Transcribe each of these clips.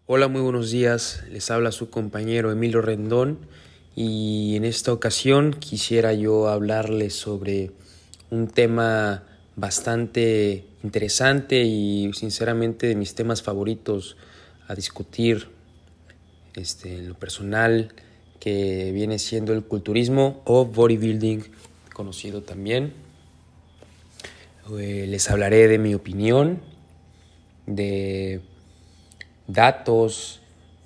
Hola, muy buenos días. Les habla su compañero Emilio Rendón y en esta ocasión quisiera yo hablarles sobre un tema bastante interesante y sinceramente de mis temas favoritos a discutir en lo personal, que viene siendo el culturismo o bodybuilding, conocido también. Les hablaré de mi opinión, de datos,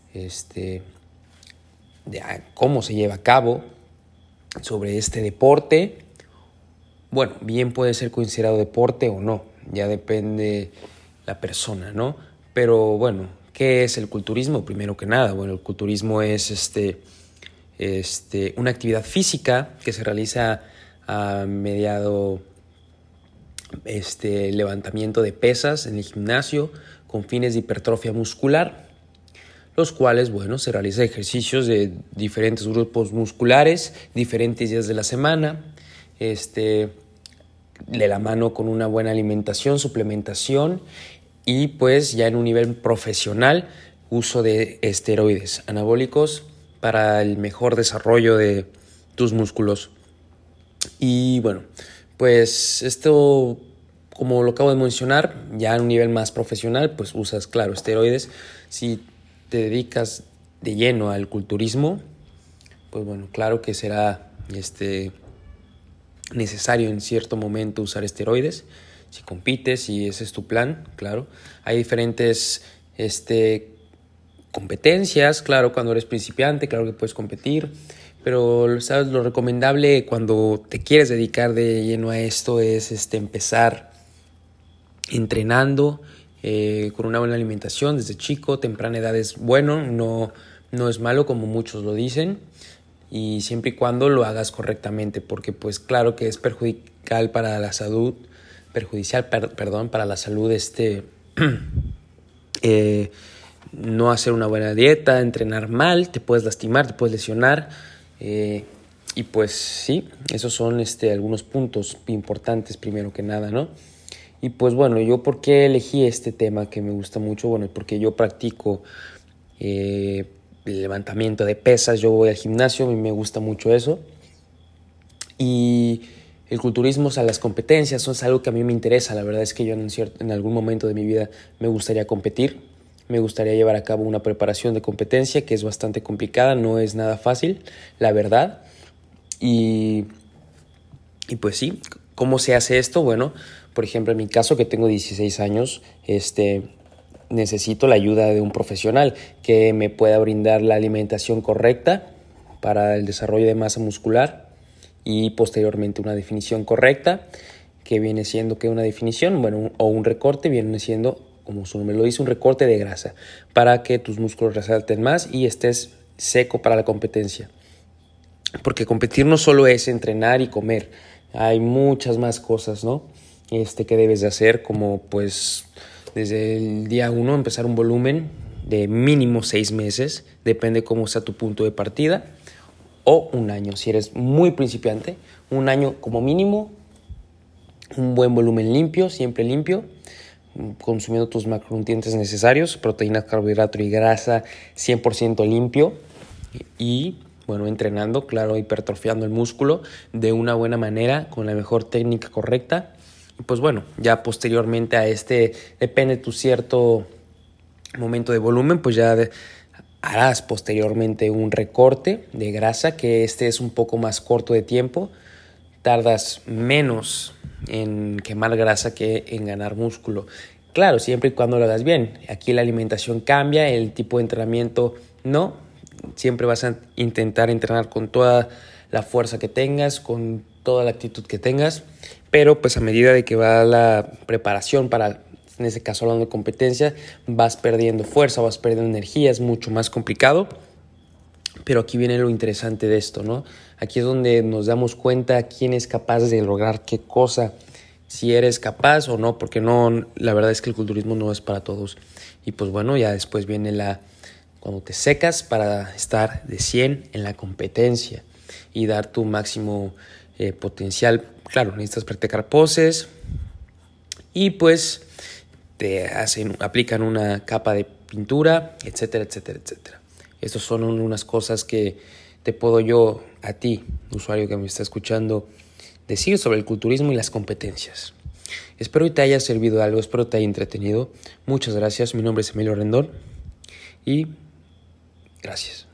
de cómo se lleva a cabo sobre este deporte. Bueno, bien puede ser considerado deporte o no, ya depende la persona, ¿no? Pero bueno, ¿qué es el culturismo? Primero que nada, bueno, el culturismo es una actividad física que se realiza a mediado levantamiento de pesas en el gimnasio con fines de hipertrofia muscular, los cuales, bueno, se realizan ejercicios de diferentes grupos musculares, diferentes días de la semana, de la mano con una buena alimentación, suplementación y pues ya en un nivel profesional, uso de esteroides anabólicos para el mejor desarrollo de tus músculos. Y bueno, pues esto, como lo acabo de mencionar, ya en un nivel más profesional, pues usas, claro, esteroides. Si te dedicas de lleno al culturismo, pues bueno, claro que será necesario en cierto momento usar esteroides. Si compites, si ese es tu plan, claro. Hay diferentes competencias, claro, cuando eres principiante, claro que puedes competir. Pero, ¿sabes? Lo recomendable cuando te quieres dedicar de lleno a esto es empezar entrenando con una buena alimentación desde chico. Temprana edad es bueno, no es malo como muchos lo dicen, y siempre y cuando lo hagas correctamente, porque pues claro que es perjudicial para la salud, para la salud no hacer una buena dieta, entrenar mal, te puedes lastimar, te puedes lesionar. Y pues sí, esos son algunos puntos importantes primero que nada, ¿no? Y pues bueno, yo por qué elegí este tema que me gusta mucho, bueno, porque yo practico el levantamiento de pesas, yo voy al gimnasio, a mí me gusta mucho eso. Y el culturismo, o sea, las competencias, son algo que a mí me interesa. La verdad es que yo en algún momento de mi vida me gustaría competir, me gustaría llevar a cabo una preparación de competencia que es bastante complicada, no es nada fácil, la verdad. Y pues sí, ¿cómo se hace esto? Bueno, por ejemplo, en mi caso, que tengo 16 años, necesito la ayuda de un profesional que me pueda brindar la alimentación correcta para el desarrollo de masa muscular y posteriormente una definición correcta, que viene siendo que una definición, bueno, o un recorte, viene siendo, como su nombre lo dice, un recorte de grasa para que tus músculos resalten más y estés seco para la competencia. Porque competir no solo es entrenar y comer, hay muchas más cosas, ¿no? Que debes de hacer, como pues desde el día 1 empezar un volumen de mínimo 6 meses, depende cómo sea tu punto de partida, o un año. Si eres muy principiante, un año como mínimo, un buen volumen limpio, siempre limpio, consumiendo tus macronutrientes necesarios, proteínas, carbohidrato y grasa 100% limpio y bueno, entrenando, claro, hipertrofiando el músculo de una buena manera, con la mejor técnica correcta. Y pues bueno, ya posteriormente a depende de tu cierto momento de volumen, pues ya harás posteriormente un recorte de grasa, que es un poco más corto de tiempo. Tardas menos en quemar grasa que en ganar músculo. Claro, siempre y cuando lo hagas bien. Aquí la alimentación cambia, el tipo de entrenamiento no. Siempre vas a intentar entrenar con toda la fuerza que tengas, con toda la actitud que tengas, pero pues a medida de que va la preparación para, en ese caso hablando de competencia, vas perdiendo fuerza, vas perdiendo energía, es mucho más complicado. Pero aquí viene lo interesante de esto, ¿no? Aquí es donde nos damos cuenta quién es capaz de lograr qué cosa, si eres capaz o no, porque no, la verdad es que el culturismo no es para todos. Y pues bueno, ya después viene cuando te secas para estar de 100 en la competencia y dar tu máximo potencial. Claro, necesitas practicar poses y pues aplican una capa de pintura, etcétera, etcétera, etcétera. Estas son unas cosas que te puedo yo, a ti, usuario que me está escuchando, decir sobre el culturismo y las competencias. Espero que te haya servido algo, espero que te haya entretenido. Muchas gracias, mi nombre es Emilio Rendón y gracias.